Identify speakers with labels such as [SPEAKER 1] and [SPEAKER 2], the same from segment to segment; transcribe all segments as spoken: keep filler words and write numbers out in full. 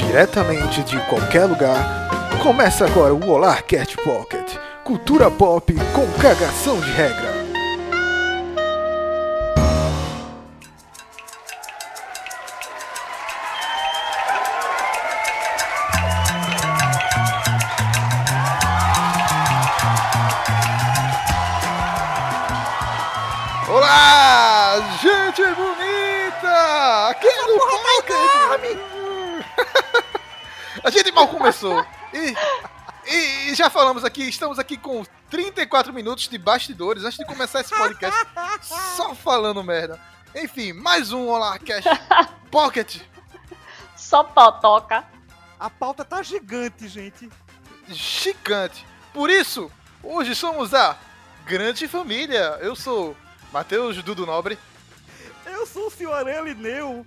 [SPEAKER 1] diretamente de qualquer lugar, começa agora o Olá Cat Pocket, cultura pop com cagação de regra. Olá, gente bonita! Aqui é do Pocket! A gente mal começou. E, e, e já falamos aqui, estamos aqui com trinta e quatro minutos de bastidores antes de começar esse podcast. Só falando merda. Enfim, mais um Olá Cash Pocket.
[SPEAKER 2] Só potoca.
[SPEAKER 3] A pauta tá gigante, gente.
[SPEAKER 1] Gigante. Por isso, hoje somos a grande família. Eu sou Matheus Dudu Nobre.
[SPEAKER 3] Eu sou o senhor Elineu.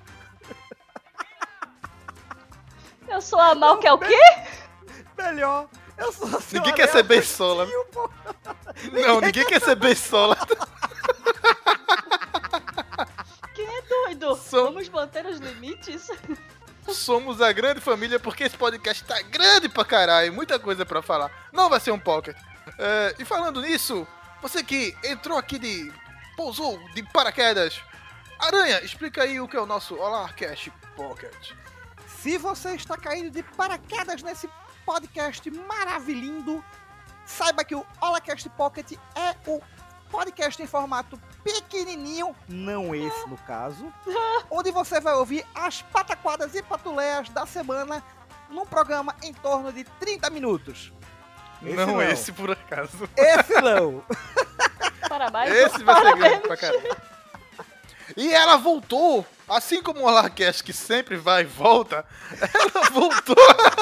[SPEAKER 2] Eu sou a Mal, que é o quê?
[SPEAKER 3] Melhor. Eu sou a senhora.
[SPEAKER 1] Ninguém quer ser Beisola. Não, ninguém quer ser Beisola.
[SPEAKER 2] Quem é doido?
[SPEAKER 1] Som-
[SPEAKER 2] Vamos manter os limites?
[SPEAKER 1] Somos a grande família porque esse podcast tá grande pra caralho. Muita coisa pra falar. Não vai ser um pocket. É, e falando nisso, você que entrou aqui de... pousou de paraquedas. Aranha, explica aí o que é o nosso Olá Cash Pocket.
[SPEAKER 3] Se você está caindo de paraquedas nesse podcast maravilhindo, saiba que o HolaCast Pocket é o podcast em formato pequenininho, não esse no caso, onde você vai ouvir as pataquadas e patuleias da semana num programa em torno de trinta minutos. Esse
[SPEAKER 1] não,
[SPEAKER 3] não.
[SPEAKER 1] esse por acaso.
[SPEAKER 3] Esse não!
[SPEAKER 2] Parabéns.
[SPEAKER 1] Esse vai ser
[SPEAKER 2] Parabéns.
[SPEAKER 1] grande pra caralho. E ela voltou, assim como o Olá Cash que sempre vai e volta, ela voltou.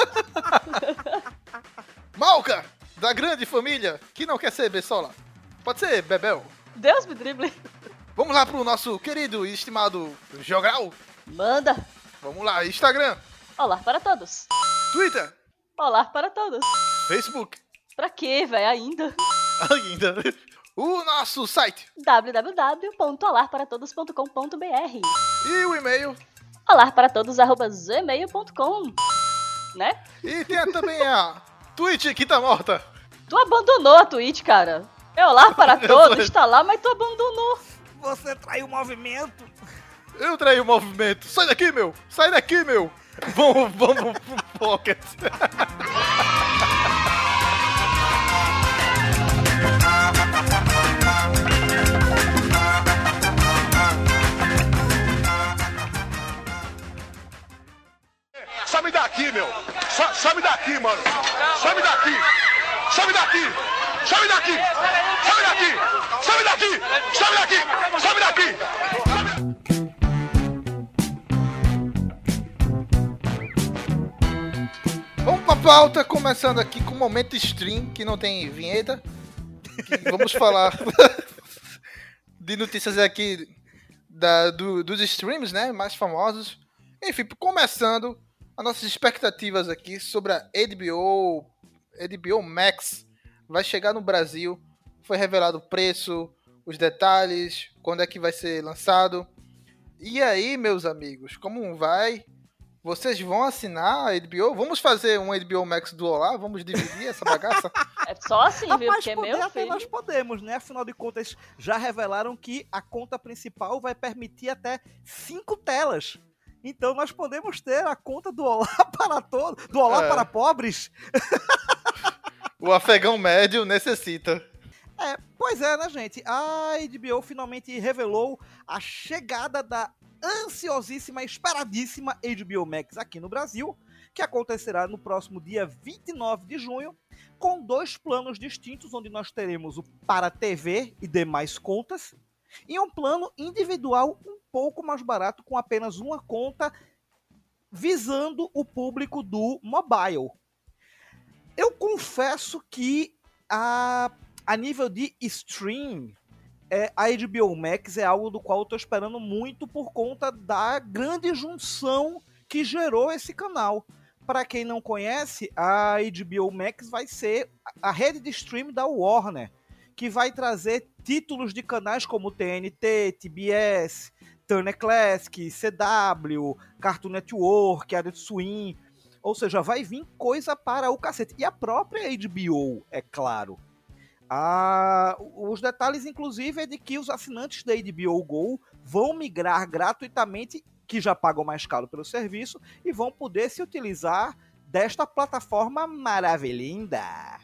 [SPEAKER 1] Malca, da grande família, que não quer ser Beisola. Pode ser Bebel.
[SPEAKER 2] Deus me drible.
[SPEAKER 1] Vamos lá pro nosso querido e estimado Jogral.
[SPEAKER 2] Manda.
[SPEAKER 1] Vamos lá, Instagram,
[SPEAKER 2] Olá para todos.
[SPEAKER 1] Twitter,
[SPEAKER 2] Olá para todos.
[SPEAKER 1] Facebook,
[SPEAKER 2] Pra quê, velho, ainda?
[SPEAKER 1] ainda. O nosso site
[SPEAKER 2] w w w ponto olá para todos ponto com ponto b r
[SPEAKER 1] e o e-mail.
[SPEAKER 2] olá para todos arroba gmail ponto com, né?
[SPEAKER 1] E tem também a Twitch que tá morta.
[SPEAKER 2] Tu abandonou a Twitch, cara. É Olá para
[SPEAKER 1] Eu
[SPEAKER 2] todos,
[SPEAKER 1] sou-
[SPEAKER 2] está lá, mas tu abandonou.
[SPEAKER 3] Você traiu o movimento!
[SPEAKER 1] Eu traí o movimento. Sai daqui, meu. Sai daqui, meu. Vamos, vamos pro Pocket.
[SPEAKER 4] Some daqui, meu! So- Some daqui, mano! Some daqui! Some daqui! Some daqui! Some daqui! Some daqui! Some daqui! Some daqui!
[SPEAKER 1] Vamos pra pauta, começando aqui com o momento stream, que não tem vinheta. Que vamos falar de notícias aqui da, do- dos streams, né, mais famosos. Enfim, começando as nossas expectativas aqui sobre a H B O, H B O Max. Vai chegar no Brasil, foi revelado o preço, os detalhes, quando é que vai ser lançado. E aí, meus amigos, como vai? Vocês vão assinar a H B O? Vamos fazer um H B O Max do Olá? Vamos dividir essa bagaça?
[SPEAKER 2] É só assim, viu?
[SPEAKER 3] Rapaz,
[SPEAKER 2] Porque é
[SPEAKER 3] poder
[SPEAKER 2] meu
[SPEAKER 3] até
[SPEAKER 2] filho.
[SPEAKER 3] nós podemos, né? Afinal de contas, já revelaram que a conta principal vai permitir até cinco telas. Então nós podemos ter a conta do Olá para todos, do Olá
[SPEAKER 1] É.
[SPEAKER 3] para pobres.
[SPEAKER 1] O afegão médio necessita.
[SPEAKER 3] É, pois é, né, gente? A H B O finalmente revelou a chegada da ansiosíssima, esperadíssima H B O Max aqui no Brasil, que acontecerá no próximo dia vinte e nove de junho, com dois planos distintos, onde nós teremos o para T V e demais contas, e um plano individual um pouco mais barato, com apenas uma conta, visando o público do mobile. Eu confesso que a, a nível de stream, é, a H B O Max é algo do qual eu tô esperando muito por conta da grande junção que gerou esse canal. Para quem não conhece, a H B O Max vai ser a rede de stream da Warner, que vai trazer títulos de canais como T N T, T B S, Turner Classic, C W, Cartoon Network, Adult Swim. Ou seja, vai vir coisa para o cacete. E a própria H B O, é claro. Ah, os detalhes, inclusive, é de que os assinantes da H B O Go vão migrar gratuitamente, que já pagam mais caro pelo serviço, e vão poder se utilizar desta plataforma maravilhinda.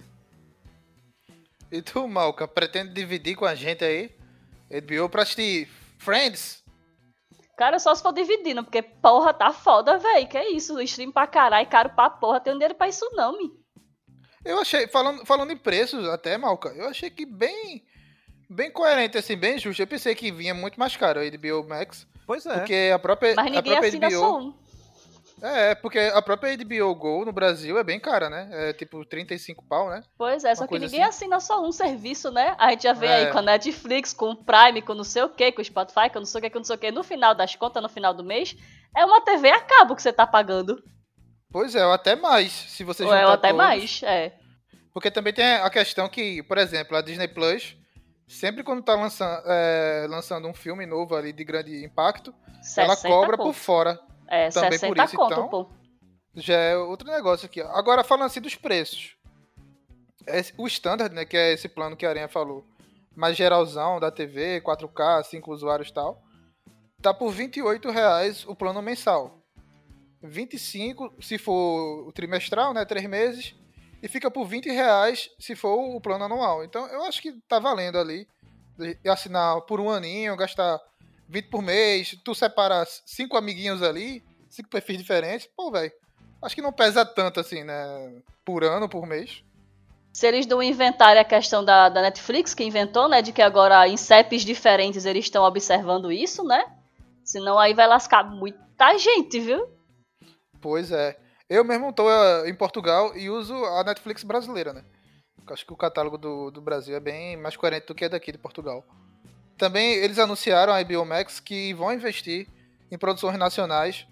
[SPEAKER 1] E tu, Malca, pretende dividir com a gente aí? H B O pra assistir Friends?
[SPEAKER 2] Cara, só se for dividindo, porque porra, tá foda, véi. Que é isso? Stream pra caralho, caro pra porra. Tem dinheiro pra isso não, mi.
[SPEAKER 1] Eu achei, falando, falando em preços até, Malca, eu achei que bem, bem coerente, assim, bem justo. Eu pensei que vinha muito mais caro a H B O Max.
[SPEAKER 3] Pois é.
[SPEAKER 1] Porque a própria,
[SPEAKER 2] Mas
[SPEAKER 1] a
[SPEAKER 2] ninguém
[SPEAKER 1] própria
[SPEAKER 2] assina
[SPEAKER 1] H B O...
[SPEAKER 2] só um.
[SPEAKER 1] É, porque a própria H B O Go no Brasil é bem cara, né? É tipo trinta e cinco pau, né?
[SPEAKER 2] Pois é, só
[SPEAKER 1] Uma
[SPEAKER 2] que
[SPEAKER 1] coisa
[SPEAKER 2] ninguém
[SPEAKER 1] assim.
[SPEAKER 2] assina só um serviço, né? A gente já vê
[SPEAKER 1] É.
[SPEAKER 2] aí com a Netflix, com o Prime, com não sei o que, com o Spotify, com não sei o que, com não sei o que. No final das contas, no final do mês, é uma T V a cabo que você tá pagando.
[SPEAKER 1] Pois é, ou até mais, se você
[SPEAKER 2] Ou é
[SPEAKER 1] juntar
[SPEAKER 2] até
[SPEAKER 1] todos.
[SPEAKER 2] mais, é.
[SPEAKER 1] Porque também tem a questão que, por exemplo, a Disney Plus, sempre quando tá lançando, é, lançando um filme novo ali de grande impacto, ela
[SPEAKER 2] sessenta
[SPEAKER 1] cobra
[SPEAKER 2] conto.
[SPEAKER 1] por fora.
[SPEAKER 2] É,
[SPEAKER 1] também por
[SPEAKER 2] sessenta
[SPEAKER 1] isso,
[SPEAKER 2] conto,
[SPEAKER 1] então.
[SPEAKER 2] pô.
[SPEAKER 1] Já é outro negócio aqui. Ó. Agora, falando assim dos preços. Esse- o standard, né, que é esse plano que a Aranha falou, mais geralzão da T V, quatro K, cinco usuários e tal, tá por vinte e oito reais o plano mensal. vinte e cinco se for o trimestral, né, três meses, e fica por vinte reais se for o plano anual. Então, eu acho que tá valendo ali de assinar por um aninho, gastar vinte por mês, tu separa cinco amiguinhos ali, cinco perfis diferentes, pô, velho, acho que não pesa tanto assim, né, por ano, por mês.
[SPEAKER 2] Se eles não inventarem a questão da, da Netflix, que inventou, né? De que agora em C E Ps diferentes eles estão observando isso, né? Senão aí vai lascar muita gente, viu?
[SPEAKER 1] Pois é. Eu mesmo tô eh, em Portugal e uso a Netflix brasileira, né? Eu acho que o catálogo do, do Brasil é bem mais coerente do que daqui de Portugal. Também eles anunciaram a H B O Max que vão investir em produções nacionais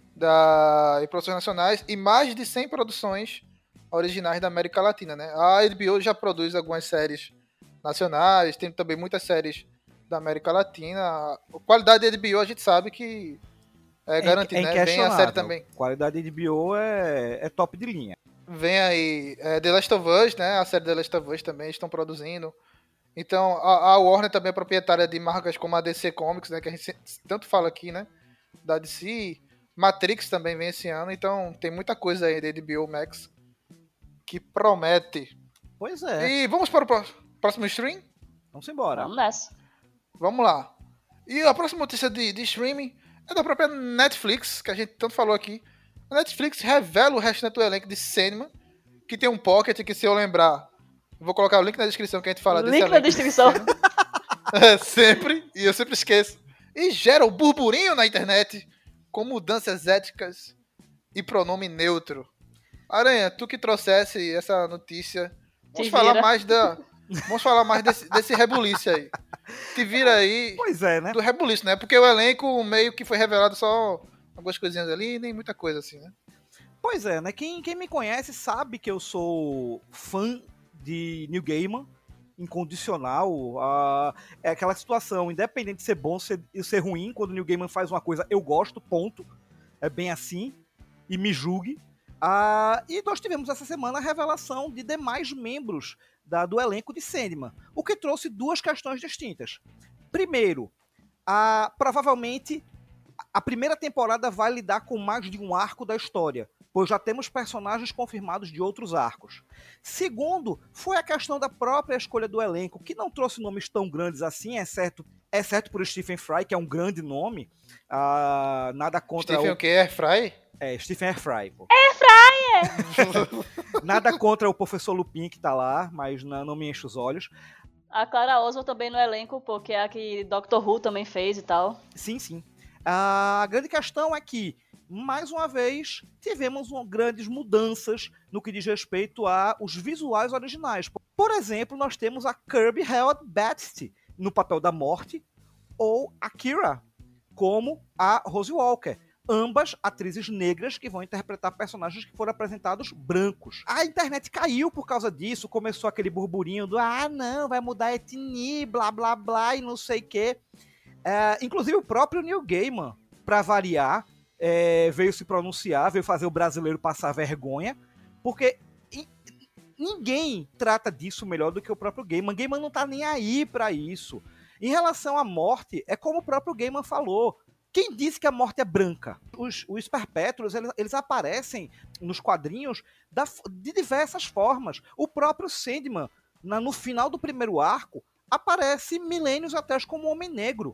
[SPEAKER 1] da em produções nacionais e mais de cem produções originais da América Latina, né? A H B O já produz algumas séries nacionais, tem também muitas séries da América Latina. A qualidade da H B O a gente sabe que é garantida, né? Vem a série
[SPEAKER 3] inquestionável.
[SPEAKER 1] também.
[SPEAKER 3] Qualidade de H B O é, é top de linha.
[SPEAKER 1] Vem aí é, The Last of Us, né? A série The Last of Us também estão produzindo. Então, a, a Warner também é proprietária de marcas como a D C Comics, né? Que a gente tanto fala aqui, né? Da D C. Matrix também vem esse ano. Então, tem muita coisa aí da H B O Max que promete.
[SPEAKER 3] Pois é.
[SPEAKER 1] E vamos para o pró- próximo stream?
[SPEAKER 3] Vamos embora.
[SPEAKER 2] Vamos nessa.
[SPEAKER 1] Vamos lá. E a próxima notícia de, de streaming é da própria Netflix, que a gente tanto falou aqui. A Netflix revela o restante do elenco de Sandman, que tem um pocket que, se eu lembrar, vou colocar o link na descrição que a gente fala desse
[SPEAKER 2] Link na
[SPEAKER 1] elenco de
[SPEAKER 2] descrição.
[SPEAKER 1] Sandman. É, sempre, e eu sempre esqueço. E gera o burburinho na internet com mudanças éticas e pronome neutro. Aranha, tu que trouxesse essa notícia, vamos
[SPEAKER 2] Te
[SPEAKER 1] falar
[SPEAKER 2] vira.
[SPEAKER 1] mais da... Vamos falar mais desse, desse rebuliço aí. Te vira aí
[SPEAKER 3] Pois é, né?
[SPEAKER 1] do rebuliço, né? Porque o elenco meio que foi revelado só algumas coisinhas ali, nem muita coisa assim, né?
[SPEAKER 3] Pois é, né? Quem, quem me conhece sabe que eu sou fã de Neil Gaiman, incondicional. Ah, é aquela situação, independente de ser bom ser, ou ser ruim, quando o Neil Gaiman faz uma coisa, eu gosto, ponto. É bem assim. E me julgue. Ah, e nós tivemos essa semana a revelação de demais membros da, do elenco de Sandman, o que trouxe duas questões distintas. Primeiro, a, provavelmente a primeira temporada vai lidar com mais de um arco da história, pois já temos personagens confirmados de outros arcos. Segundo, foi a questão da própria escolha do elenco, que não trouxe nomes tão grandes assim, exceto, exceto por Stephen Fry, que é um grande nome. Ah, nada contra
[SPEAKER 1] Stephen
[SPEAKER 3] o...
[SPEAKER 1] o quê? Airfry?
[SPEAKER 3] É, Stephen Fry, pô.
[SPEAKER 2] É.
[SPEAKER 3] Nada contra o Professor Lupin que tá lá, mas não, não me enche os olhos.
[SPEAKER 2] A Clara Oswald também no elenco, pô, que é a que Doctor Who também fez e tal.
[SPEAKER 3] Sim, sim. A grande questão é que, mais uma vez, tivemos um, grandes mudanças no que diz respeito aos visuais originais. Por exemplo, nós temos a Kirby Held Batiste no papel da Morte, ou a Kira como a Rose Walker. Ambas atrizes negras que vão interpretar personagens que foram apresentados brancos. A internet caiu por causa disso, começou aquele burburinho do ah, não, vai mudar a etnia, blá, blá, blá, e não sei o quê. É, inclusive o próprio Neil Gaiman, para variar, é, veio se pronunciar, veio fazer o brasileiro passar vergonha, porque i- ninguém trata disso melhor do que o próprio Gaiman. Gaiman não tá nem aí pra isso. Em relação à morte, é como o próprio Gaiman falou. Quem disse que a morte é branca? Os, os perpétuos, eles, eles aparecem nos quadrinhos da, de diversas formas. O próprio Sandman, na, no final do primeiro arco, aparece milênios atrás como um homem negro.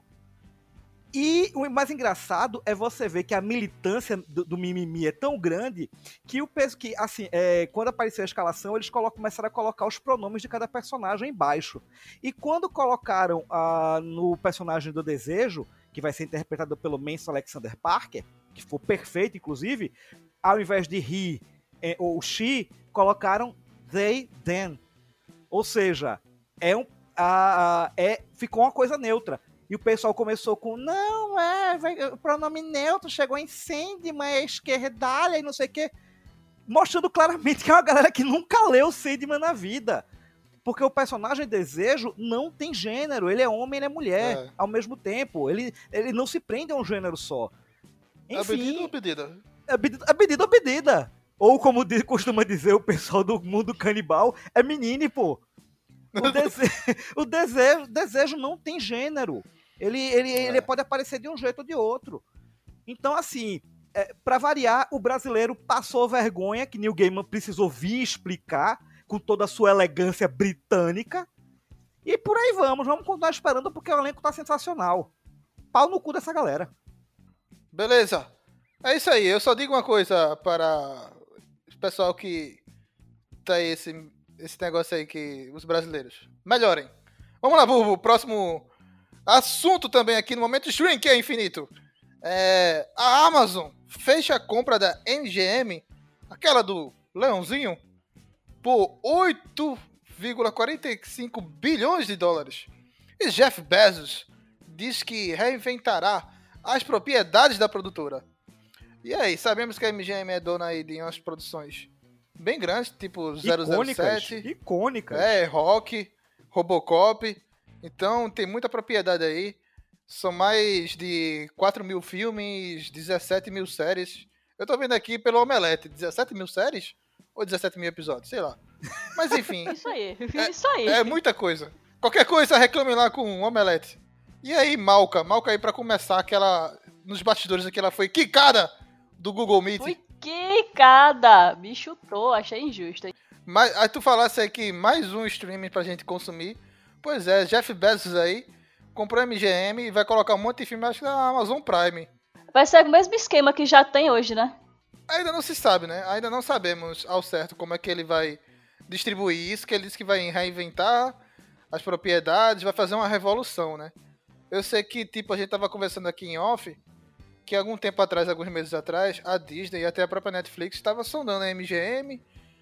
[SPEAKER 3] E o mais engraçado é você ver que a militância do, do mimimi é tão grande que o peso que, assim, é, quando apareceu a escalação, eles colocam, começaram a colocar os pronomes de cada personagem embaixo. E quando colocaram ah, no personagem do Desejo, que vai ser interpretado pelo Manson Alexander Parker, que foi perfeito, inclusive, ao invés de he eh, ou she, colocaram they, them. Ou seja, é um, ah, é, ficou uma coisa neutra. E o pessoal começou com, não, é, vai, o pronome neutro chegou em Sandman, é esquerdalha e não sei o quê. Mostrando claramente que é uma galera que nunca leu Sandman na vida. Porque o personagem Desejo não tem gênero, ele é homem, ele é mulher,
[SPEAKER 1] É.
[SPEAKER 3] ao mesmo tempo. Ele, ele não se prende a um gênero só.
[SPEAKER 1] É pedido
[SPEAKER 3] Enfim,
[SPEAKER 1] ou pedida?
[SPEAKER 3] é pedida, é pedida ou pedida. Ou como diz- costuma dizer o pessoal do mundo canibal, é menine, pô. O, dese... o desejo, desejo não tem gênero. Ele, ele,
[SPEAKER 1] É.
[SPEAKER 3] ele pode aparecer de um jeito ou de outro. Então, assim, é, para variar, o brasileiro passou vergonha, que Neil Gaiman precisou vir explicar, com toda a sua elegância britânica. E por aí vamos, vamos continuar esperando, porque o elenco tá sensacional. Pau no cu dessa galera.
[SPEAKER 1] Beleza. É isso aí. Eu só digo uma coisa para o pessoal que tá aí esse, esse negócio aí que os brasileiros melhorem. Vamos lá, Burbo. Próximo assunto também aqui no Momento Stream, que é infinito. É, a Amazon fecha a compra da M G M, aquela do Leãozinho, por oito vírgula quarenta e cinco bilhões de dólares. E Jeff Bezos diz que reinventará as propriedades da produtora. E aí, sabemos que a M G M é dona aí de umas produções bem grandes, tipo zero zero
[SPEAKER 3] Icônicas.
[SPEAKER 1] sete,
[SPEAKER 3] Icônicas.
[SPEAKER 1] é, Rock, Robocop. Então tem muita propriedade aí. São mais de quatro mil filmes, dezessete mil séries. Eu tô vendo aqui pelo Omelete, dezessete mil séries? Ou dezessete mil episódios, sei lá. Mas enfim,
[SPEAKER 2] Isso aí,
[SPEAKER 1] É-
[SPEAKER 2] isso aí.
[SPEAKER 1] é muita coisa. Qualquer coisa, reclame lá com o Omelete. E aí, Malca, Malca aí pra começar, aquela. Nos bastidores aqui, ela foi quicada do Google Meet.
[SPEAKER 2] Fui quicada. Me chutou, achei injusto.
[SPEAKER 1] Mas, aí tu falasse aí que mais um streaming pra gente consumir. Pois é, Jeff Bezos aí comprou a M G M e vai colocar um monte de filme, acho que na Amazon Prime.
[SPEAKER 2] Vai ser o mesmo esquema que já tem hoje, né?
[SPEAKER 1] Ainda não se sabe, né? Ainda não sabemos ao certo como é que ele vai distribuir isso, que ele disse que vai reinventar as propriedades, vai fazer uma revolução, né? Eu sei que, tipo, a gente tava conversando aqui em off, que algum tempo atrás, alguns meses atrás, a Disney e até a própria Netflix estava sondando a M G M.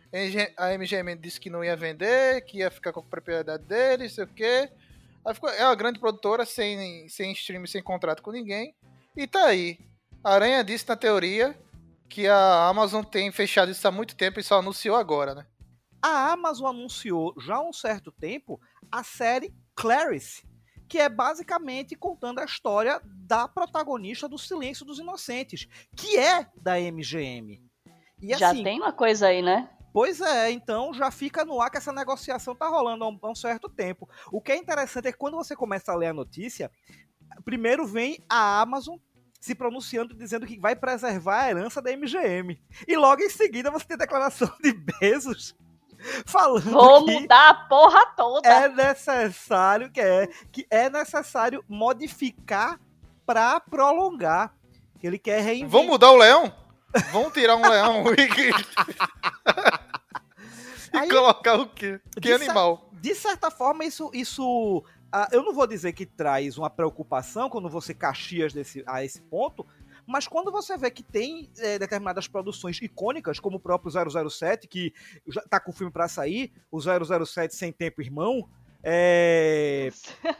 [SPEAKER 1] A M G M disse que não ia vender, que ia ficar com a propriedade dele, sei o quê. Aí ficou, é uma grande produtora, sem, sem stream, sem contrato com ninguém. E tá aí. A Aranha disse na teoria que a Amazon tem fechado isso há muito tempo e só anunciou agora, né?
[SPEAKER 3] A Amazon anunciou já há um certo tempo a série Clarice, que é basicamente contando a história da protagonista do Silêncio dos Inocentes, que é da M G M. E
[SPEAKER 2] já
[SPEAKER 3] assim,
[SPEAKER 2] tem uma coisa aí, né?
[SPEAKER 3] pois é, então já fica no ar que essa negociação tá rolando há um, há um certo tempo. O que é interessante é que quando você começa a ler a notícia, primeiro vem a Amazon se pronunciando, dizendo que vai preservar a herança da M G M. E logo em seguida você tem a declaração de Bezos falando
[SPEAKER 2] Vou
[SPEAKER 3] que
[SPEAKER 2] mudar a porra toda.
[SPEAKER 3] é necessário que é que é necessário modificar para prolongar. Que ele quer reinventar.
[SPEAKER 1] Vamos mudar o leão? Vamos tirar um leão e, e
[SPEAKER 3] Aí-
[SPEAKER 1] colocar o quê? Que
[SPEAKER 3] De cer-
[SPEAKER 1] animal?
[SPEAKER 3] De certa forma, isso, isso ah, eu não vou dizer que traz uma preocupação quando você caxias desse, a esse ponto, mas quando você vê que tem eh, determinadas produções icônicas, como o próprio zero zero sete, que já tá com o filme pra sair, o zero zero sete Sem Tempo Irmão, é,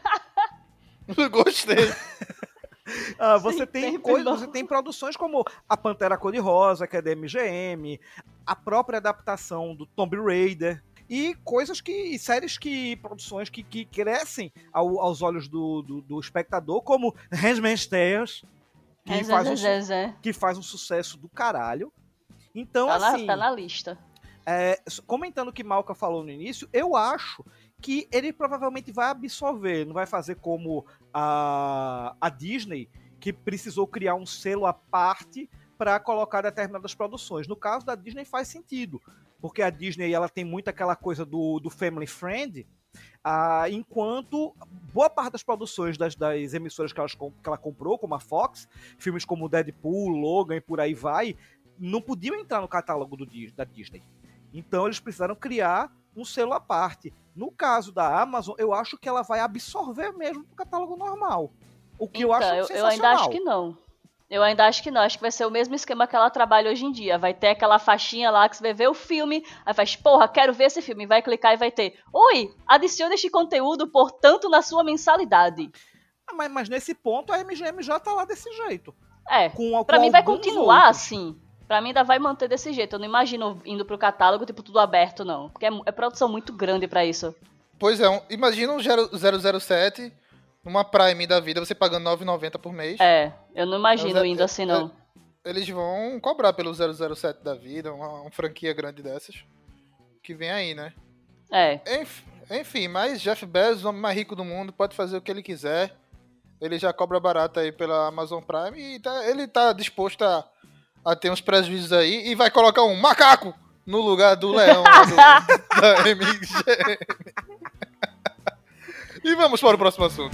[SPEAKER 1] Gostei.
[SPEAKER 3] ah, você
[SPEAKER 2] Sem
[SPEAKER 3] tem
[SPEAKER 2] Tempo
[SPEAKER 3] coisas,
[SPEAKER 2] Irmão.
[SPEAKER 3] você tem produções como a Pantera Cor-de-Rosa, que é da M G M, a própria adaptação do Tomb Raider, e coisas que, séries que, produções que, que crescem ao- aos olhos do, do, do espectador, como Handmaid's Tale. Que,
[SPEAKER 2] É,
[SPEAKER 3] faz
[SPEAKER 2] Zé,
[SPEAKER 3] um,
[SPEAKER 2] Zé,
[SPEAKER 3] su-
[SPEAKER 2] Zé.
[SPEAKER 3] que faz um sucesso do caralho. Então,
[SPEAKER 2] Tá,
[SPEAKER 3] assim,
[SPEAKER 2] na, tá na lista.
[SPEAKER 3] é, comentando o que Malca falou no início, eu acho que ele provavelmente vai absorver, não vai fazer como a, a Disney, que precisou criar um selo à parte para colocar determinadas produções. No caso da Disney faz sentido, porque a Disney ela tem muito aquela coisa do, do family friend, ah, enquanto boa parte das produções das, das emissoras que, elas, que ela comprou, como a Fox, filmes como Deadpool, Logan e por aí vai, não podiam entrar no catálogo do, da Disney. Então eles precisaram criar um selo à parte. No caso da Amazon, eu acho que ela vai absorver mesmo o catálogo normal. O que
[SPEAKER 2] Então,
[SPEAKER 3] eu acho
[SPEAKER 2] eu, eu
[SPEAKER 3] sensacional.
[SPEAKER 2] ainda acho que não. Eu ainda acho que não. Acho que vai ser o mesmo esquema que ela trabalha hoje em dia. Vai ter aquela faixinha lá que você vai ver o filme, aí faz, porra, quero ver esse filme. Vai clicar e vai ter, oi, adicione este conteúdo, portanto, na sua mensalidade.
[SPEAKER 3] Ah, Mas, mas nesse ponto a M G M já tá lá desse jeito.
[SPEAKER 2] É,
[SPEAKER 3] Com,
[SPEAKER 2] pra
[SPEAKER 3] com
[SPEAKER 2] mim vai
[SPEAKER 3] alguns
[SPEAKER 2] continuar
[SPEAKER 3] outros.
[SPEAKER 2] assim. Pra mim ainda vai manter desse jeito. Eu não imagino indo pro catálogo, tipo, tudo aberto, não. Porque é, é produção muito grande pra isso.
[SPEAKER 1] Pois é, um, imagina um zero zero sete numa Prime da vida, você pagando nove reais e noventa centavos por mês.
[SPEAKER 2] É, eu não imagino
[SPEAKER 1] É,
[SPEAKER 2] indo
[SPEAKER 1] é,
[SPEAKER 2] assim, não.
[SPEAKER 1] Eles vão cobrar pelo zero zero sete da vida, uma, uma franquia grande dessas. Que vem aí, né?
[SPEAKER 2] É.
[SPEAKER 1] Enf- Enfim, mas Jeff Bezos, o homem mais rico do mundo, pode fazer o que ele quiser. Ele já cobra barato aí pela Amazon Prime e tá- ele tá disposto a, a ter uns prejuízos aí e vai colocar um macaco no lugar do leão lá do, da M G M. E vamos para o próximo assunto.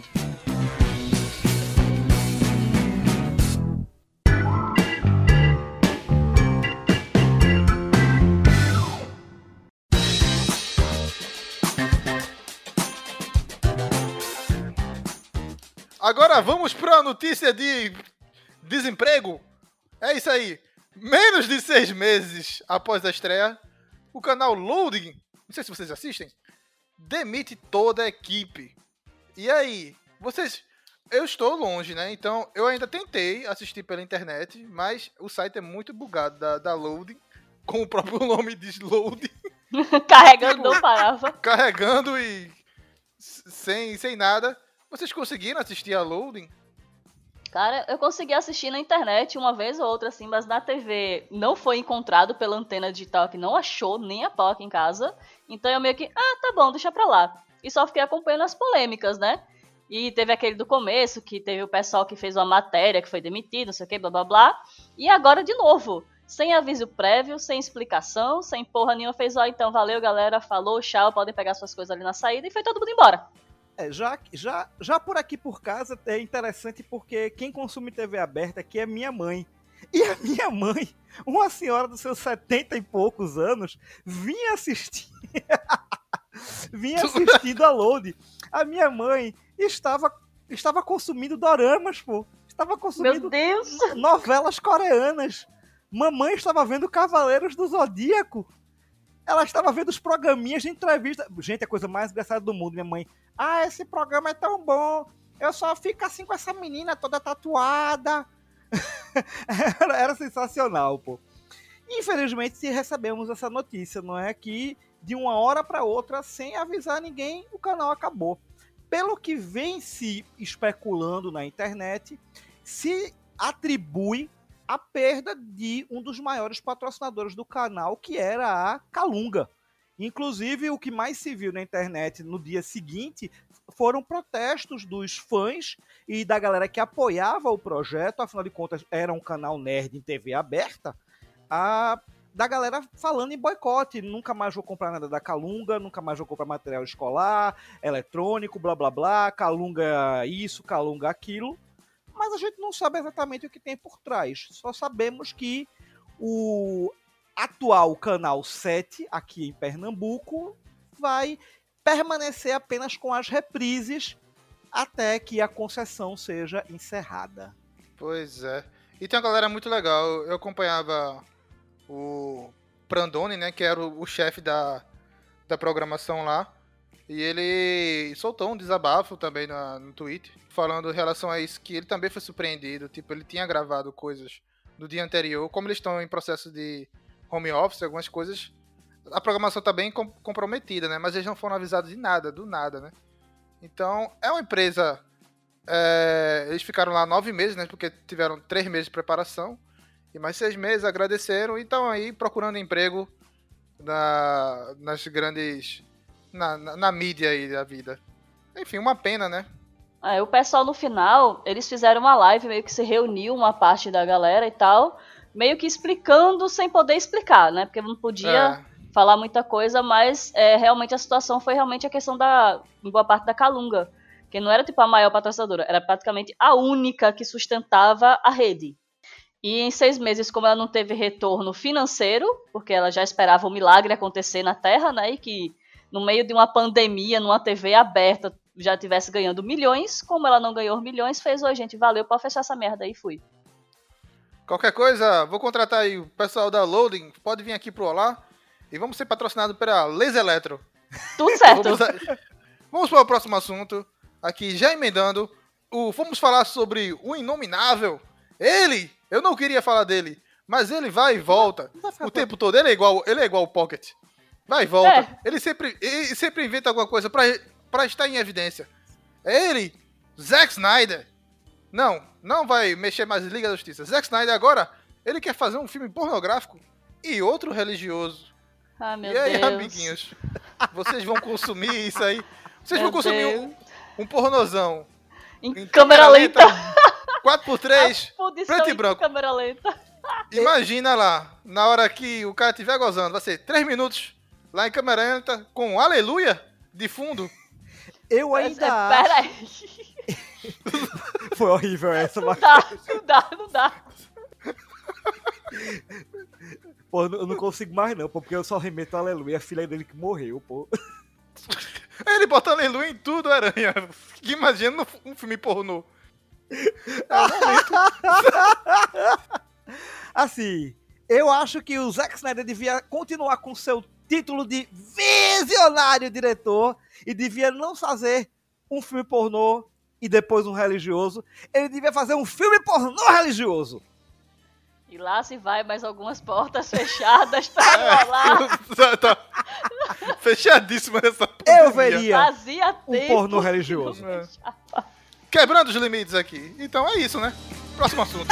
[SPEAKER 1] Agora vamos para a notícia de desemprego. É isso aí. Menos de seis meses após a estreia, o canal Loading, não sei se vocês assistem, demite toda a equipe. E aí, vocês... Eu estou longe, né? Então, eu ainda tentei assistir pela internet, mas o site é muito bugado da, da Loading, como o próprio nome diz, Loading,
[SPEAKER 2] Carregando não parava.
[SPEAKER 1] carregando e s- sem, sem nada. Vocês conseguiram assistir a Loading?
[SPEAKER 2] Cara, eu consegui assistir na internet uma vez ou outra, assim, mas na T V não foi encontrado pela antena digital, que não achou nem a pau aqui em casa. Então eu meio que, ah, tá bom, deixa pra lá. E só fiquei acompanhando as polêmicas, né? E teve aquele do começo, que teve o pessoal que fez uma matéria, que foi demitido, não sei o que, blá blá blá. E agora de novo, sem aviso prévio, sem explicação, sem porra nenhuma, fez, ó, então valeu galera, falou, tchau, podem pegar suas coisas ali na saída, e foi todo mundo embora.
[SPEAKER 3] É, já, já, já por aqui por casa é interessante porque quem consome T V aberta aqui é minha mãe. E a minha mãe, uma senhora dos seus setenta e poucos anos, vinha assistir. vinha assistindo a Load. A minha mãe estava, estava consumindo doramas, pô. Estava
[SPEAKER 2] Meu
[SPEAKER 3] consumindo
[SPEAKER 2] Deus!
[SPEAKER 3] novelas coreanas. Mamãe estava vendo Cavaleiros do Zodíaco. Ela estava vendo os programinhas de entrevista. Gente, a coisa mais engraçada do mundo, minha mãe. Ah, esse programa é tão bom. Eu só fico assim com essa menina toda tatuada. era, era sensacional, pô. Infelizmente, recebemos essa notícia, não é? Que de uma hora para outra, sem avisar ninguém, o canal acabou. Pelo que vem se especulando na internet, se atribui a perda de um dos maiores patrocinadores do canal, que era a Calunga. Inclusive, o que mais se viu na internet no dia seguinte foram protestos dos fãs e da galera que apoiava o projeto, afinal de contas, era um canal nerd em T V aberta, a, da galera falando em boicote, nunca mais vou comprar nada da Calunga, nunca mais vou comprar material escolar, eletrônico, blá blá blá, Calunga isso, Calunga aquilo. Mas a gente não sabe exatamente o que tem por trás. Só sabemos que o atual Canal sete, aqui em Pernambuco, vai permanecer apenas com as reprises até que a concessão seja encerrada.
[SPEAKER 1] Pois é. E tem uma galera muito legal. Eu acompanhava o Prandone, né, que era o, o chefe da, da programação lá. E ele soltou um desabafo também na, no Twitter, falando em relação a isso, que ele também foi surpreendido. Tipo, ele tinha gravado coisas do dia anterior. Como eles estão em processo de home office, algumas coisas, a programação tá bem com, comprometida, né? Mas eles não foram avisados de nada, do nada, né? Então, é uma empresa É, eles ficaram lá nove meses, né? Porque tiveram três meses de preparação. E mais seis meses, agradeceram e estão aí procurando emprego na, nas grandes... Na, na, na mídia aí da vida. Enfim, uma pena, né?
[SPEAKER 2] Aí o pessoal no final, eles fizeram uma live, meio que se reuniu uma parte da galera e tal, meio que explicando sem poder explicar, né? Porque não podia é. falar muita coisa, mas é, realmente a situação foi realmente a questão da, em boa parte da Calunga, que não era tipo a maior patrocinadora, era praticamente a única que sustentava a rede. E em seis meses, como ela não teve retorno financeiro, porque ela já esperava um milagre acontecer na Terra, né? E que no meio de uma pandemia, numa T V aberta, já tivesse ganhando milhões, como ela não ganhou milhões, fez, oi gente, valeu, pode fechar essa merda aí, fui.
[SPEAKER 1] Qualquer coisa, vou contratar aí o pessoal da Loading, pode vir aqui pro Olá, e vamos ser patrocinados pela Laser Eletro.
[SPEAKER 2] Tudo certo.
[SPEAKER 1] Vamos, a... vamos para o próximo assunto, aqui já emendando, o... vamos falar sobre o Inominável. Ele, eu não queria falar dele, mas ele vai e volta o tempo todo, ele é igual, ele é igual o Pocket. Vai e volta. É. Ele, sempre, ele sempre inventa alguma coisa pra, pra estar em evidência. É ele, Zack Snyder. Não, não vai mexer mais em Liga da Justiça. Zack Snyder agora, ele quer fazer um filme pornográfico e outro religioso.
[SPEAKER 2] Ah, meu
[SPEAKER 1] e aí,
[SPEAKER 2] Deus.
[SPEAKER 1] amiguinhos, vocês vão consumir isso aí? Vocês
[SPEAKER 2] meu
[SPEAKER 1] vão consumir um, um pornozão
[SPEAKER 2] em, em câmera, câmera lenta. lenta
[SPEAKER 1] quatro por três, preto e branco.
[SPEAKER 2] Câmera lenta.
[SPEAKER 1] Imagina lá, na hora que o cara estiver gozando, vai ser três minutos lá em câmera lenta com Aleluia de fundo.
[SPEAKER 3] Eu ainda
[SPEAKER 2] é, Pera aí.
[SPEAKER 3] Foi horrível essa.
[SPEAKER 2] Não dá, não dá, não dá.
[SPEAKER 3] Pô, eu não consigo mais não, pô, porque eu só remeto a Aleluia, a filha dele que morreu, pô.
[SPEAKER 1] Ele bota Aleluia em tudo, Aranha. Imagina um filme pornô.
[SPEAKER 3] Assim, eu acho que o Zack Snyder devia continuar com seu título de visionário diretor e devia não fazer um filme pornô e depois um religioso. Ele devia fazer um filme pornô religioso.
[SPEAKER 2] E lá se vai mais algumas portas fechadas pra rolar.
[SPEAKER 1] É, tá fechadíssima essa porra.
[SPEAKER 3] Eu veria
[SPEAKER 2] Fazia
[SPEAKER 3] um pornô religioso.
[SPEAKER 1] É. Quebrando os limites aqui. Então é isso, né? Próximo assunto.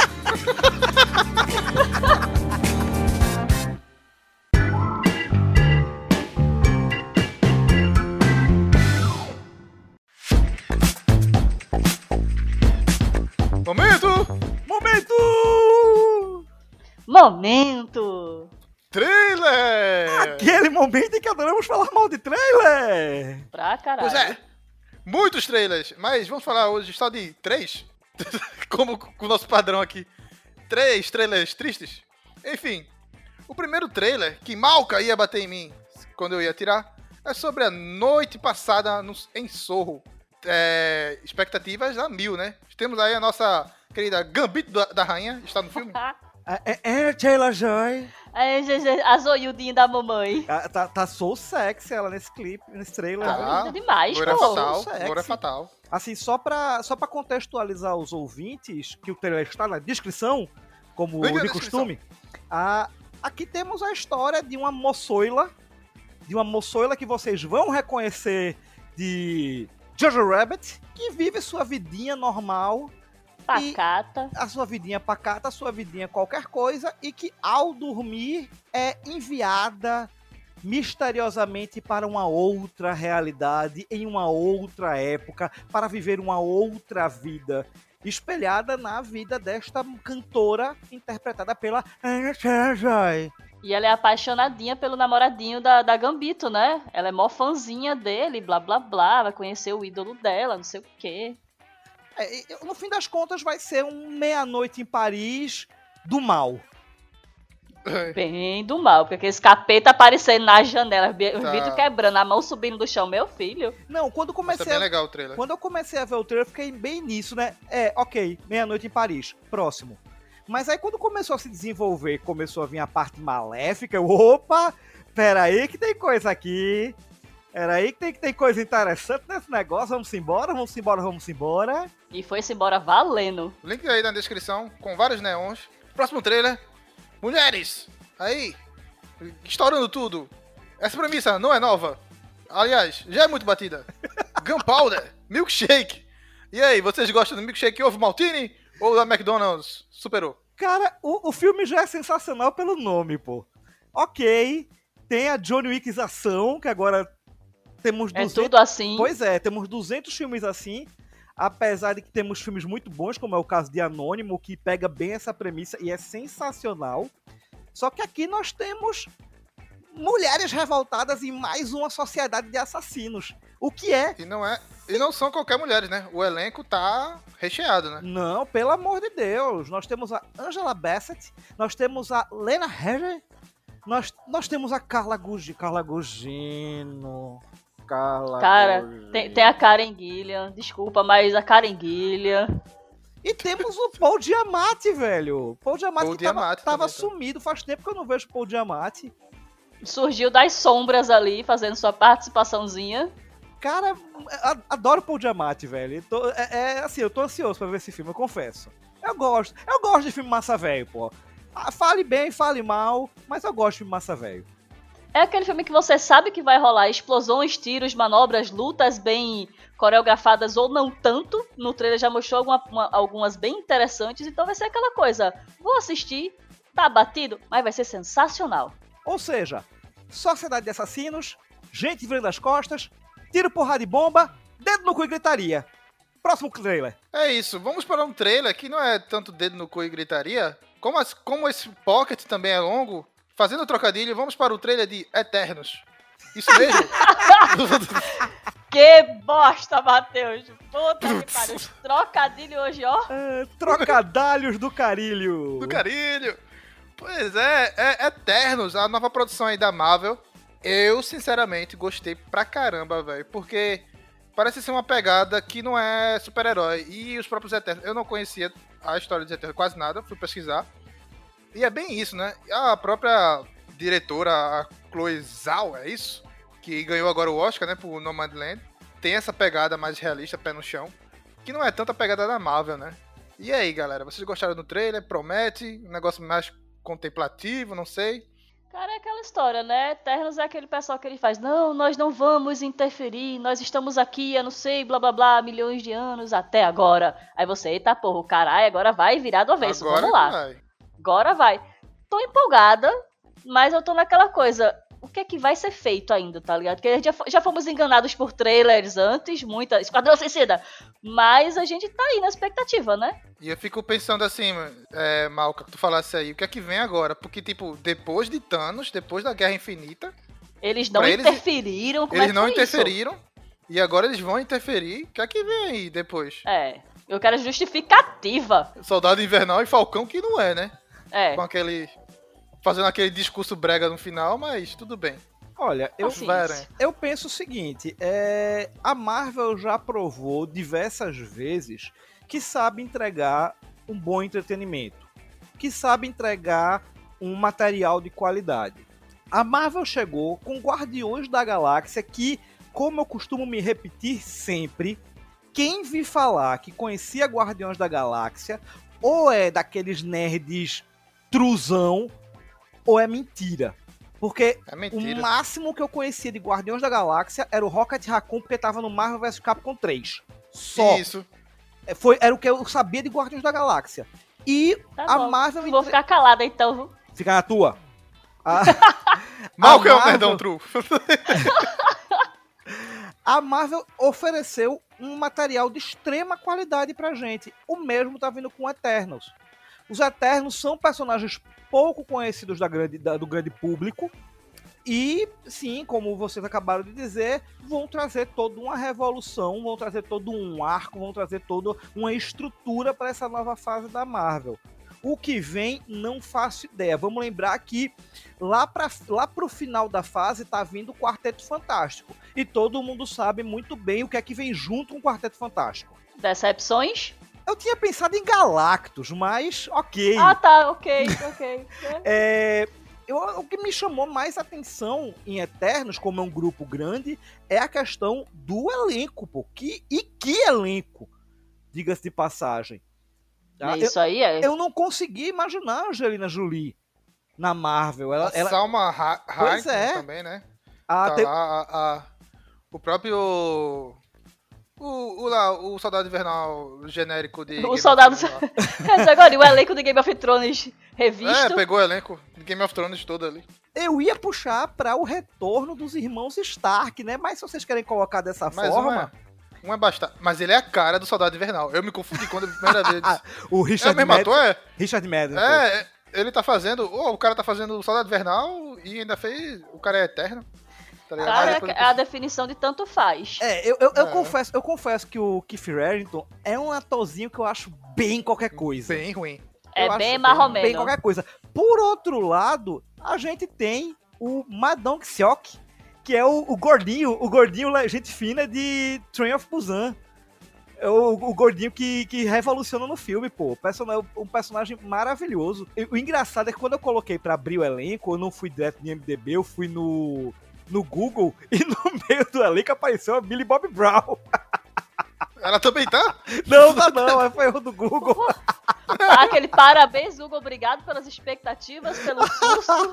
[SPEAKER 1] Momento!
[SPEAKER 3] Momento!
[SPEAKER 2] Momento!
[SPEAKER 1] Trailer!
[SPEAKER 3] Aquele momento em que adoramos falar mal de trailer!
[SPEAKER 2] Pra caralho.
[SPEAKER 1] Pois é, muitos trailers, mas vamos falar hoje só de três? Como com o nosso padrão aqui. Três trailers tristes? Enfim, o primeiro trailer, que Malca ia bater em mim quando eu ia tirar, é sobre a noite passada no, em Sorro. É, expectativas a mil, né? Temos aí a nossa querida Gambito da, da Rainha, está no filme.
[SPEAKER 3] É, é Taylor Joy.
[SPEAKER 2] É, a zoiudinha da mamãe.
[SPEAKER 3] Ah, tá, tá so sexy ela nesse clipe, nesse trailer.
[SPEAKER 2] Ah,
[SPEAKER 1] Ah,
[SPEAKER 2] demais,
[SPEAKER 1] agora é
[SPEAKER 2] pô.
[SPEAKER 1] fatal,
[SPEAKER 3] sexy.
[SPEAKER 1] agora é fatal.
[SPEAKER 3] Assim, só pra, só pra contextualizar os ouvintes, que o trailer está na descrição, como
[SPEAKER 1] Liga
[SPEAKER 3] de
[SPEAKER 1] na
[SPEAKER 3] costume, a, aqui temos a história de uma moçoila, de uma moçoila que vocês vão reconhecer de Jojo Rabbit, que vive sua vidinha normal,
[SPEAKER 2] Pacata.
[SPEAKER 3] a sua vidinha pacata, a sua vidinha qualquer coisa, e que ao dormir é enviada misteriosamente para uma outra realidade, em uma outra época, para viver uma outra vida, espelhada na vida desta cantora interpretada pela Anya Joy.
[SPEAKER 2] E ela é apaixonadinha pelo namoradinho da, da Gambito, né? Ela é mó fãzinha dele, blá blá blá, vai conhecer o ídolo dela, não sei o quê.
[SPEAKER 3] É, no fim das contas vai ser um Meia-Noite em Paris do mal.
[SPEAKER 2] Bem do mal, porque aqueles capeta aparecendo na janela, o
[SPEAKER 1] Tá.
[SPEAKER 2] vidro quebrando, a mão subindo do chão, meu filho.
[SPEAKER 3] Não, quando
[SPEAKER 1] Isso é
[SPEAKER 3] comecei
[SPEAKER 1] bem
[SPEAKER 3] a...
[SPEAKER 1] legal o trailer.
[SPEAKER 3] Quando eu comecei a ver o trailer, eu fiquei bem nisso, né? É, ok, Meia-Noite em Paris, próximo. Mas aí quando começou a se desenvolver, começou a vir a parte maléfica, eu, opa, peraí que tem coisa aqui. Peraí que tem, que tem coisa interessante nesse negócio, vamos embora, vamos embora, vamos embora.
[SPEAKER 2] E foi-se embora valendo.
[SPEAKER 1] Link aí na descrição, com vários neons. Próximo trailer. Mulheres! Aí, estourando tudo. Essa premissa não é nova. Aliás, já é muito batida. Gunpowder, Milkshake. E aí, vocês gostam do Milkshake Ovo Maltini ou da McDonald's Superou?
[SPEAKER 3] Cara, o, o filme já é sensacional pelo nome, pô. Ok, tem a Johnny Wickização, que agora temos
[SPEAKER 2] É
[SPEAKER 3] duzentos...
[SPEAKER 2] tudo assim.
[SPEAKER 3] Pois é, temos duzentos filmes assim, apesar de que temos filmes muito bons, como é o caso de Anônimo, que pega bem essa premissa e é sensacional. Só que aqui nós temos mulheres revoltadas em mais uma sociedade de assassinos. O que é?
[SPEAKER 1] E não é. E não são qualquer mulheres, né? O elenco tá recheado, né?
[SPEAKER 3] Não, pelo amor de Deus. Nós temos a Angela Bassett, nós temos a Lena Headey, nós, nós temos a Carla Gugino. Carla Gugino. Carla
[SPEAKER 2] Cara,
[SPEAKER 3] Gugino.
[SPEAKER 2] tem, tem a Karen Gillian. Desculpa, mas a Karen Gillian.
[SPEAKER 3] E temos o Paul Giamatti, velho. Paul Giamatti
[SPEAKER 1] Paul
[SPEAKER 3] que tava,
[SPEAKER 1] Giamatti
[SPEAKER 3] tava
[SPEAKER 1] também, tá?
[SPEAKER 3] sumido. Faz tempo que eu não vejo o Paul Giamatti.
[SPEAKER 2] Surgiu das sombras ali, fazendo sua participaçãozinha.
[SPEAKER 3] Cara, a- adoro o Paul Giamatti, velho. Tô- é, é assim, eu tô ansioso pra ver esse filme, eu confesso. Eu gosto. Eu gosto de filme massa velho, pô. Ah, fale bem, fale mal, mas eu gosto de filme massa velho.
[SPEAKER 2] É aquele filme que você sabe que vai rolar explosões, tiros, manobras, lutas bem coreografadas ou não tanto. No trailer já mostrou alguma- uma- algumas bem interessantes, então vai ser aquela coisa. Vou assistir, tá batido, mas vai ser sensacional.
[SPEAKER 3] Ou seja, sociedade de assassinos, gente virando as costas, tiro, porrada de bomba, dedo no cu e gritaria. Próximo trailer.
[SPEAKER 1] É isso, vamos para um trailer que não é tanto dedo no cu e gritaria. Como, as- como esse Pocket também é longo, fazendo trocadilho, vamos para o trailer de Eternos. Isso mesmo?
[SPEAKER 2] Que bosta, Matheus! Puta que pariu. Trocadilho hoje, ó.
[SPEAKER 3] É, trocadalhos do carilho.
[SPEAKER 1] Do carilho. Pois é, é Eternos, a nova produção aí da Marvel. Eu, sinceramente, gostei pra caramba, velho. Porque parece ser uma pegada que não é super-herói. E os próprios Eternos, eu não conhecia a história dos Eternos quase nada, fui pesquisar. E é bem isso, né? A própria diretora, a Chloe Zhao, é isso? Que ganhou agora o Oscar, né, por Nomadland. Tem essa pegada mais realista, pé no chão. Que não é tanta pegada da Marvel, né? E aí, galera, vocês gostaram do trailer? Promete? Um negócio mais contemplativo, não sei.
[SPEAKER 2] Cara, é aquela história, né? Eternos é aquele pessoal que ele faz. Não, nós não vamos interferir. Nós estamos aqui há não sei, blá blá blá, milhões de anos até agora. Aí você, eita porra, caralho, agora vai virar do avesso.
[SPEAKER 1] Agora
[SPEAKER 2] Vamos lá.
[SPEAKER 1] vai.
[SPEAKER 2] Agora vai. Tô empolgada, mas eu tô naquela coisa. O que é que vai ser feito ainda, tá ligado? Porque já, já fomos enganados por trailers antes, muita. Esquadrão Suicida. Mas a gente tá aí na expectativa, né?
[SPEAKER 1] E eu fico pensando assim, é, Malca, que tu falasse aí, o que é que vem agora? Porque, tipo, depois de Thanos, depois da Guerra Infinita,
[SPEAKER 2] Eles não
[SPEAKER 1] Pra eles-
[SPEAKER 2] interferiram. Como é
[SPEAKER 1] eles
[SPEAKER 2] que
[SPEAKER 1] não
[SPEAKER 2] foi isso?
[SPEAKER 1] interferiram. E agora eles vão interferir. O que é que vem aí depois?
[SPEAKER 2] É. Eu quero justificativa.
[SPEAKER 1] Soldado Invernal e Falcão, que não é, né?
[SPEAKER 2] É.
[SPEAKER 1] Com aquele. Fazendo aquele discurso brega no final, mas tudo bem.
[SPEAKER 3] Olha, eu,
[SPEAKER 2] Assim,
[SPEAKER 1] Verem.
[SPEAKER 3] eu penso o seguinte, é, a Marvel já provou diversas vezes que sabe entregar um bom entretenimento, que sabe entregar um material de qualidade. A Marvel chegou com Guardiões da Galáxia que, como eu costumo me repetir sempre, quem vi falar que conhecia Guardiões da Galáxia ou é daqueles nerds truzão ou é mentira. Porque
[SPEAKER 1] É
[SPEAKER 3] o
[SPEAKER 1] mentira.
[SPEAKER 3] máximo que eu conhecia de Guardiões da Galáxia era o Rocket Raccoon, porque tava no Marvel versus. Capcom três. Só.
[SPEAKER 1] Isso.
[SPEAKER 3] É, Foi, era o que eu sabia de Guardiões da Galáxia. E
[SPEAKER 2] Tá
[SPEAKER 3] a
[SPEAKER 2] bom.
[SPEAKER 3] Marvel...
[SPEAKER 2] Vou
[SPEAKER 3] entre-
[SPEAKER 2] ficar calada então.
[SPEAKER 3] Fica na tua. A,
[SPEAKER 1] Mal que é o
[SPEAKER 3] Marvel-
[SPEAKER 1] perdão, true.
[SPEAKER 3] a Marvel ofereceu um material de extrema qualidade pra gente. O mesmo tá vindo com Eternos. Os Eternos são personagens pouco conhecidos da grande, da- do grande público. E, sim, como vocês acabaram de dizer, vão trazer toda uma revolução, vão trazer todo um arco, vão trazer toda uma estrutura para essa nova fase da Marvel. O que vem, não faço ideia. Vamos lembrar que lá para lá pro final da fase tá vindo o Quarteto Fantástico. E todo mundo sabe muito bem o que é que vem junto com o Quarteto Fantástico.
[SPEAKER 2] Decepções?
[SPEAKER 3] Eu tinha pensado em Galactus, mas ok.
[SPEAKER 2] Ah, tá, ok, ok.
[SPEAKER 3] É, eu- o que me chamou mais atenção em Eternos, como é um grupo grande, é a questão do elenco, pô. Que, e que elenco, diga-se de passagem. Tá? Eu,
[SPEAKER 2] Isso aí é.
[SPEAKER 3] eu não consegui imaginar a Angelina Jolie na Marvel. Ela,
[SPEAKER 1] A
[SPEAKER 3] ela,
[SPEAKER 1] Salma Ha-
[SPEAKER 3] Pois
[SPEAKER 1] Hayek
[SPEAKER 3] é.
[SPEAKER 1] também, né?
[SPEAKER 3] a,
[SPEAKER 1] Tá
[SPEAKER 3] te-
[SPEAKER 1] lá, a- a- o próprio O, o, lá, o Soldado Invernal genérico de...
[SPEAKER 2] O
[SPEAKER 1] Game
[SPEAKER 2] Soldado...
[SPEAKER 1] of Thrones lá.
[SPEAKER 2] Quer dizer, agora, o elenco de Game of Thrones revisto.
[SPEAKER 1] É, pegou o elenco de Game of Thrones todo ali.
[SPEAKER 3] Eu ia puxar pra o retorno dos irmãos Stark, né? Mas se vocês querem colocar dessa
[SPEAKER 1] Mas
[SPEAKER 3] forma...
[SPEAKER 1] Um é, um é bastante. Mas ele é a cara do Soldado Invernal. Eu me confundi quando a primeira vez.
[SPEAKER 3] o
[SPEAKER 1] É
[SPEAKER 3] Richard
[SPEAKER 1] o mesmo ator, é?
[SPEAKER 3] Richard Madden. pô.
[SPEAKER 1] É, ele tá fazendo... Oh, o cara tá fazendo o Soldado Invernal e ainda fez... O cara é eterno. Tá ligado? Mas
[SPEAKER 2] Cara,
[SPEAKER 1] depois-
[SPEAKER 2] é a definição de tanto faz.
[SPEAKER 3] É, eu, eu, eu
[SPEAKER 1] É.
[SPEAKER 3] confesso, eu confesso que o Keith Harington é um atorzinho que eu acho bem qualquer coisa.
[SPEAKER 1] Bem ruim.
[SPEAKER 2] É
[SPEAKER 3] Eu
[SPEAKER 2] bem
[SPEAKER 3] acho
[SPEAKER 2] marromeno.
[SPEAKER 3] Bem qualquer coisa. Por outro lado, a gente tem o Ma Dong-seok, que é o, o gordinho, o gordinho le- gente fina de Train of Busan. É o, o gordinho que, que revoluciona no filme, pô. Person- um personagem maravilhoso. E o engraçado é que quando eu coloquei pra abrir o elenco, eu não fui direto no I M D B, eu fui no, no Google e no meio do elenco apareceu a Millie Bobby Brown.
[SPEAKER 1] Ela também tá?
[SPEAKER 3] Não, tá não, é foi erro do Google.
[SPEAKER 2] Tá, aquele parabéns, Hugo, obrigado pelas expectativas, pelo susto.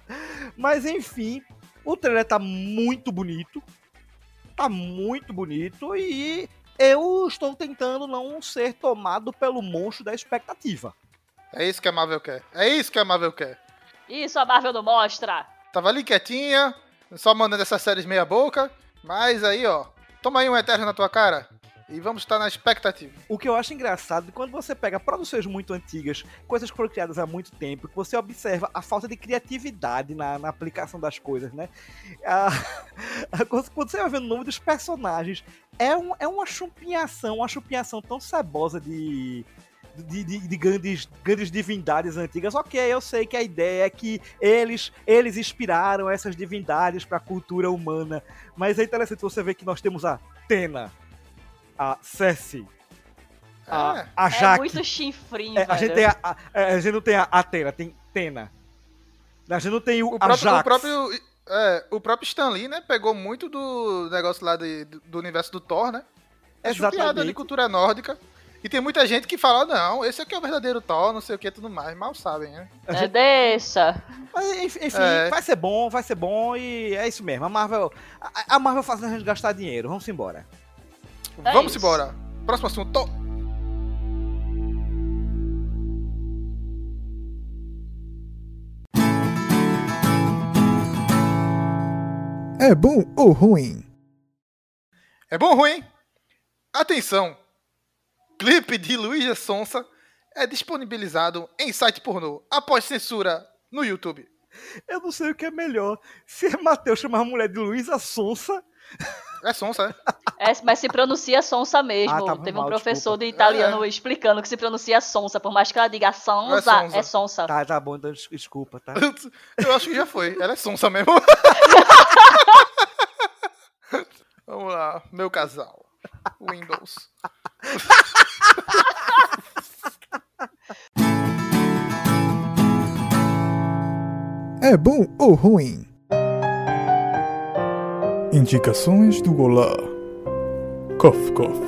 [SPEAKER 3] Mas enfim, o trailer tá muito bonito. Tá muito bonito e eu estou tentando não ser tomado pelo monstro da expectativa.
[SPEAKER 1] É isso que a Marvel quer. É isso que a Marvel quer.
[SPEAKER 2] Isso a Marvel não mostra.
[SPEAKER 1] Tava ali quietinha, só mandando essas séries meia boca. Mas aí, ó, toma aí um Eterno na tua cara. E vamos estar na expectativa.
[SPEAKER 3] O que eu acho engraçado é quando você pega produções muito antigas, coisas que foram criadas há muito tempo, que você observa a falta de criatividade na, na aplicação das coisas, né? Ah, quando você vai vendo o nome dos personagens, é, um, é uma chupinhação, uma chupinhação tão cebosa de, de, de, de grandes, grandes divindades antigas. Ok, eu sei que a ideia é que eles, eles inspiraram essas divindades para a cultura humana, mas é interessante você ver que nós temos a Athena, a Cersei, a,
[SPEAKER 1] É.
[SPEAKER 3] a
[SPEAKER 2] É
[SPEAKER 3] Jaque.
[SPEAKER 2] muito chifrinho,
[SPEAKER 3] É,
[SPEAKER 2] velho.
[SPEAKER 3] a gente tem a, a, a gente não tem a Athena, tem Tena. A gente não tem o,
[SPEAKER 1] O
[SPEAKER 3] a
[SPEAKER 1] próprio,
[SPEAKER 3] Jax.
[SPEAKER 1] o próprio, é, o próprio Stan Lee, né, pegou muito do negócio lá de- do, do universo do Thor, né? É chupiado
[SPEAKER 3] Exatamente.
[SPEAKER 1] ali, cultura nórdica. E tem muita gente que fala, não, esse aqui é o verdadeiro Thor, não sei o que, tudo mais. Mal sabem, né?
[SPEAKER 3] A
[SPEAKER 2] É,
[SPEAKER 3] gente-
[SPEAKER 2] deixa.
[SPEAKER 3] Mas, enfim, enfim,
[SPEAKER 1] É.
[SPEAKER 3] vai ser bom, vai ser bom e é isso mesmo. A Marvel, a, a Marvel fazendo a gente gastar dinheiro. Vamos embora.
[SPEAKER 2] É
[SPEAKER 1] Vamos
[SPEAKER 2] isso.
[SPEAKER 1] embora. Próximo assunto.
[SPEAKER 5] É bom ou ruim?
[SPEAKER 1] É bom ou ruim? Atenção! Clipe de Luísa Sonsa é disponibilizado em site pornô após censura no YouTube.
[SPEAKER 3] Eu não sei o que é melhor. Se é Matheus chamar a mulher de Luísa Sonsa.
[SPEAKER 1] É Sonsa,
[SPEAKER 2] É, mas se pronuncia sonsa mesmo.
[SPEAKER 3] Ah, tá
[SPEAKER 2] Teve
[SPEAKER 3] mal,
[SPEAKER 2] um professor
[SPEAKER 3] desculpa.
[SPEAKER 2] de italiano
[SPEAKER 1] É.
[SPEAKER 2] explicando que se pronuncia sonsa. Por mais que ela diga sonsa,
[SPEAKER 1] É sonsa.
[SPEAKER 2] é sonsa.
[SPEAKER 3] Tá, tá bom, então des- desculpa, tá?
[SPEAKER 1] Eu acho que já foi. Ela é Sonsa mesmo. Vamos lá, meu casal. Windows.
[SPEAKER 5] É bom ou ruim? Indicações do Olá. Cof, cof.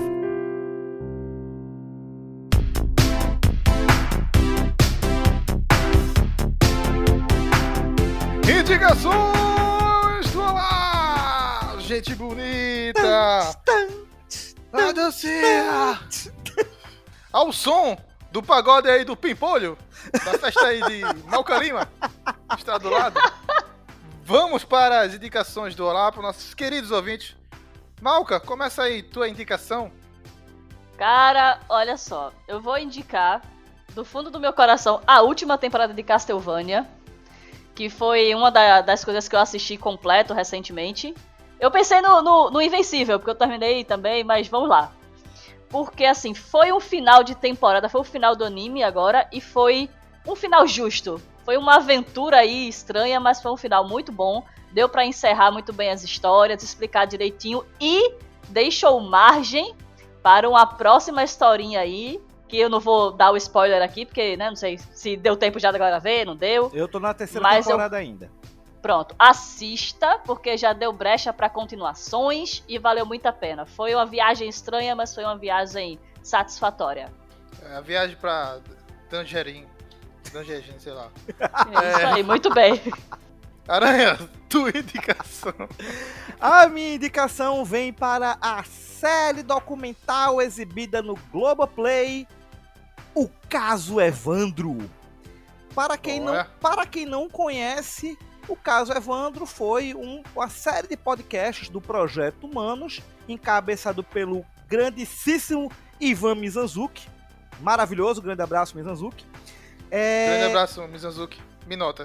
[SPEAKER 1] Indicações do Olá! Gente bonita! A dancinha! Ao som do pagode aí do Pimpolho, da festa aí de Malca Lima, que está do lado. Vamos para as indicações do Olá para os nossos queridos ouvintes. Malca, começa aí tua indicação.
[SPEAKER 2] Cara, olha só. Eu vou indicar, do fundo do meu coração, a última temporada de Castlevania. Que foi uma da- das coisas que eu assisti completo recentemente. Eu pensei no, no, no Invencível, porque eu terminei também, mas vamos lá. Porque, assim, foi um final de temporada, foi o final do anime agora, e foi um final justo. Foi uma aventura aí estranha, mas foi um final muito bom. Deu pra encerrar muito bem as histórias, explicar direitinho e deixou margem para uma próxima historinha aí, que eu não vou dar o spoiler aqui, porque, né, não sei se deu tempo já da galera ver, não deu.
[SPEAKER 3] Eu tô na terceira
[SPEAKER 2] Mas eu-
[SPEAKER 3] temporada ainda.
[SPEAKER 2] Pronto, assista, porque já deu brecha pra continuações e valeu muito a pena. Foi uma viagem estranha, mas foi uma viagem satisfatória.
[SPEAKER 1] É, a viagem pra Tangerine. Tangerine, sei lá.
[SPEAKER 2] É isso aí, muito bem.
[SPEAKER 1] Aranha, tua indicação.
[SPEAKER 3] A minha indicação vem para a série documental exibida no Globoplay, O Caso Evandro. Para quem, não, para quem não conhece, O Caso Evandro foi um, uma série de podcasts do Projeto Humanos, encabeçado pelo grandíssimo Ivan Mizanzuki. Maravilhoso, grande abraço, Mizanzuki. É...
[SPEAKER 1] Grande abraço, Mizanzuki. Me nota.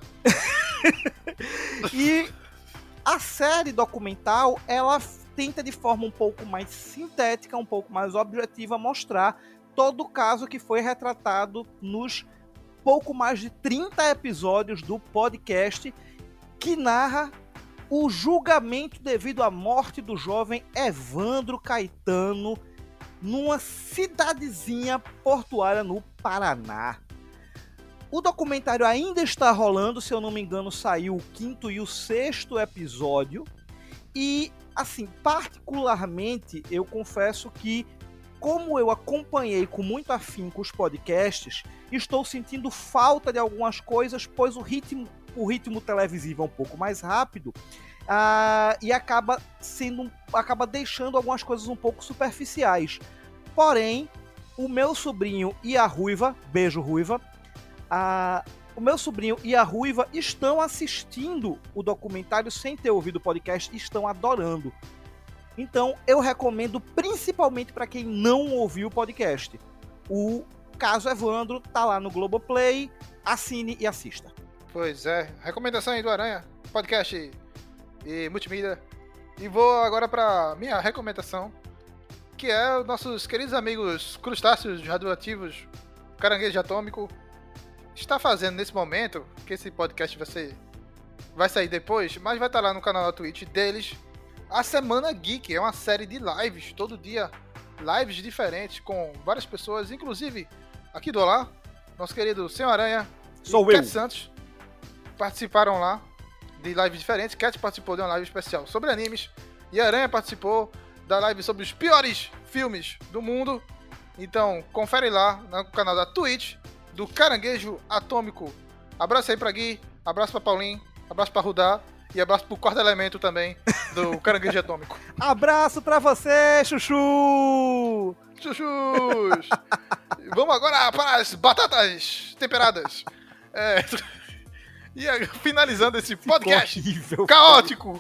[SPEAKER 3] E a série documental, ela tenta de forma um pouco mais sintética, um pouco mais objetiva, mostrar todo o caso que foi retratado nos pouco mais de trinta episódios do podcast, que narra o julgamento devido à morte do jovem Evandro Caetano numa cidadezinha portuária no Paraná. O documentário ainda está rolando, se eu não me engano, saiu o quinto e o sexto episódio. E, assim, particularmente, eu confesso que, como eu acompanhei com muito afinco os podcasts, estou sentindo falta de algumas coisas, pois o ritmo, o ritmo televisivo é um pouco mais rápido uh, e acaba, sendo, acaba deixando algumas coisas um pouco superficiais. Porém, o meu sobrinho e a Ruiva, beijo Ruiva, A, o meu sobrinho e a Ruiva estão assistindo o documentário sem ter ouvido o podcast e estão adorando. Então, eu recomendo principalmente para quem não ouviu o podcast. O Caso Evandro tá lá no Globoplay, assine e assista.
[SPEAKER 1] Pois é, recomendação aí do Aranha, podcast e multimídia. E vou agora para minha recomendação, que é os nossos queridos amigos crustáceos radioativos, caranguejo atômico, está fazendo nesse momento, que esse podcast vai ser, vai sair depois, mas vai estar lá no canal da Twitch deles, a Semana Geek. É uma série de lives, todo dia, lives diferentes com várias pessoas, inclusive aqui do Olá, nosso querido Senhor Aranha
[SPEAKER 3] Sou
[SPEAKER 1] e
[SPEAKER 3] eu.
[SPEAKER 1] Cat Santos participaram lá de lives diferentes. Cat participou de uma live especial sobre animes e Aranha participou da live sobre os piores filmes do mundo. Então, confere lá no canal da Twitch do Caranguejo Atômico. Abraço aí pra Gui, abraço pra Paulinho, abraço pra Rudá e abraço pro quarto elemento também do Caranguejo Atômico.
[SPEAKER 3] Abraço pra você, Chuchu!
[SPEAKER 1] Chuchus! Vamos agora para as batatas temperadas. É, e aí, finalizando esse podcast
[SPEAKER 3] horrível,
[SPEAKER 1] caótico.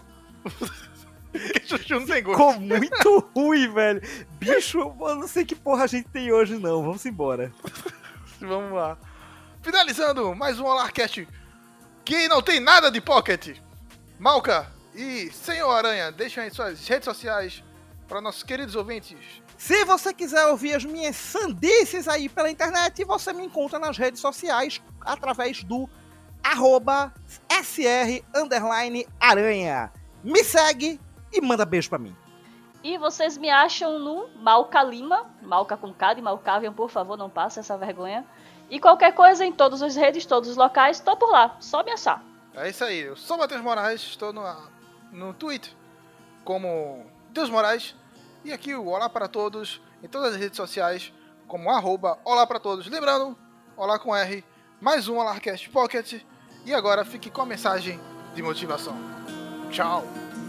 [SPEAKER 1] Que Chuchu não tem gosto.
[SPEAKER 3] Ficou muito ruim, velho. Bicho, eu não sei que porra a gente tem hoje, não. Vamos embora.
[SPEAKER 1] Vamos lá. Finalizando mais um Olarcast que não tem nada de pocket. Malca e Senhor Aranha, deixem aí suas redes sociais para nossos queridos ouvintes.
[SPEAKER 3] Se você quiser ouvir as minhas sandices aí pela internet, você me encontra nas redes sociais através do arroba sr underline aranha. Me segue e manda beijo pra mim.
[SPEAKER 2] E vocês me acham no Malca Lima, Malca com K de Malcavian, por favor, não passe essa vergonha. E qualquer coisa em todas as redes, todos os locais, tô por lá, só me achar.
[SPEAKER 1] É isso aí, eu sou Matheus Moraes, estou no, no Twitter como Deus Moraes. E aqui o Olá para Todos, em todas as redes sociais, como arroba Olá para Todos. Lembrando, Olá com R, mais um Olarcast Pocket. E agora fique com a mensagem de motivação. Tchau!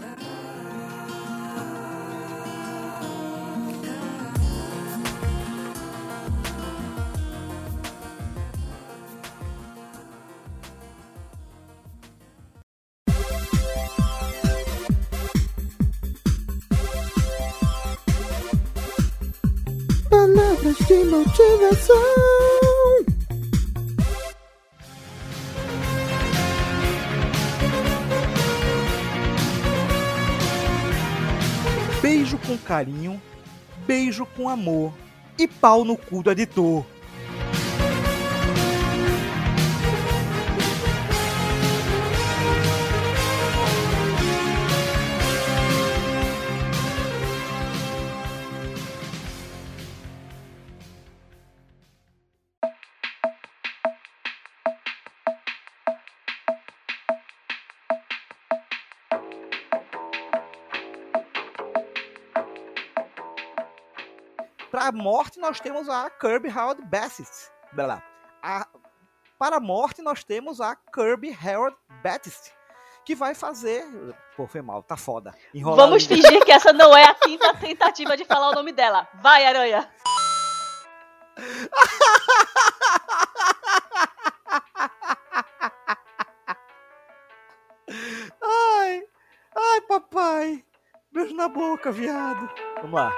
[SPEAKER 5] Palavras de motivação.
[SPEAKER 3] Beijo com carinho, beijo com amor e pau no cu do editor. Para a morte, nós temos a Kirby Harold Bassett. A, para a morte, nós temos a Kirby Harold Bassett, que vai fazer... Pô, foi mal, tá foda. Enrolar
[SPEAKER 2] Vamos fingir que essa não é a quinta tentativa de falar o nome dela. Vai, Aranha!
[SPEAKER 3] Ai, ai, papai. Beijo na boca, viado. Vamos lá.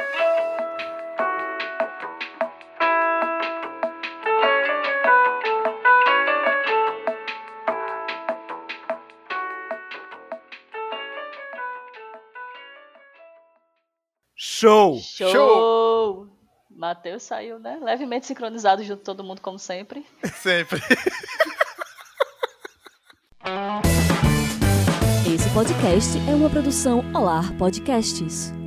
[SPEAKER 3] Show!
[SPEAKER 2] Show!
[SPEAKER 1] Show!
[SPEAKER 2] Matheus saiu, né? Levemente sincronizado junto com todo mundo, como sempre.
[SPEAKER 1] Sempre.
[SPEAKER 6] Esse podcast é uma produção Olar Podcasts.